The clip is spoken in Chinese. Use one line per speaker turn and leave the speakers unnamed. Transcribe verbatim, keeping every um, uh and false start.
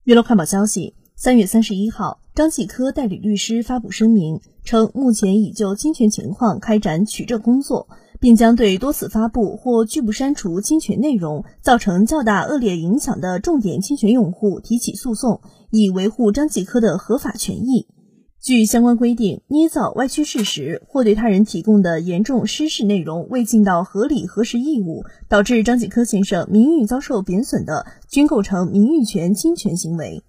娱乐快报消息，三月三十一号，张继科代理律师发布声明，称目前已就侵权情况开展取证工作，并将对多次发布或拒不删除侵权内容造成较大恶劣影响的重点侵权用户提起诉讼，以维护张继科的合法权益。据相关规定，捏造、歪曲事实或对他人提供的严重失实内容未尽到合理核实义务，导致张继科先生名誉遭受贬损的，均构成名誉权侵权行为。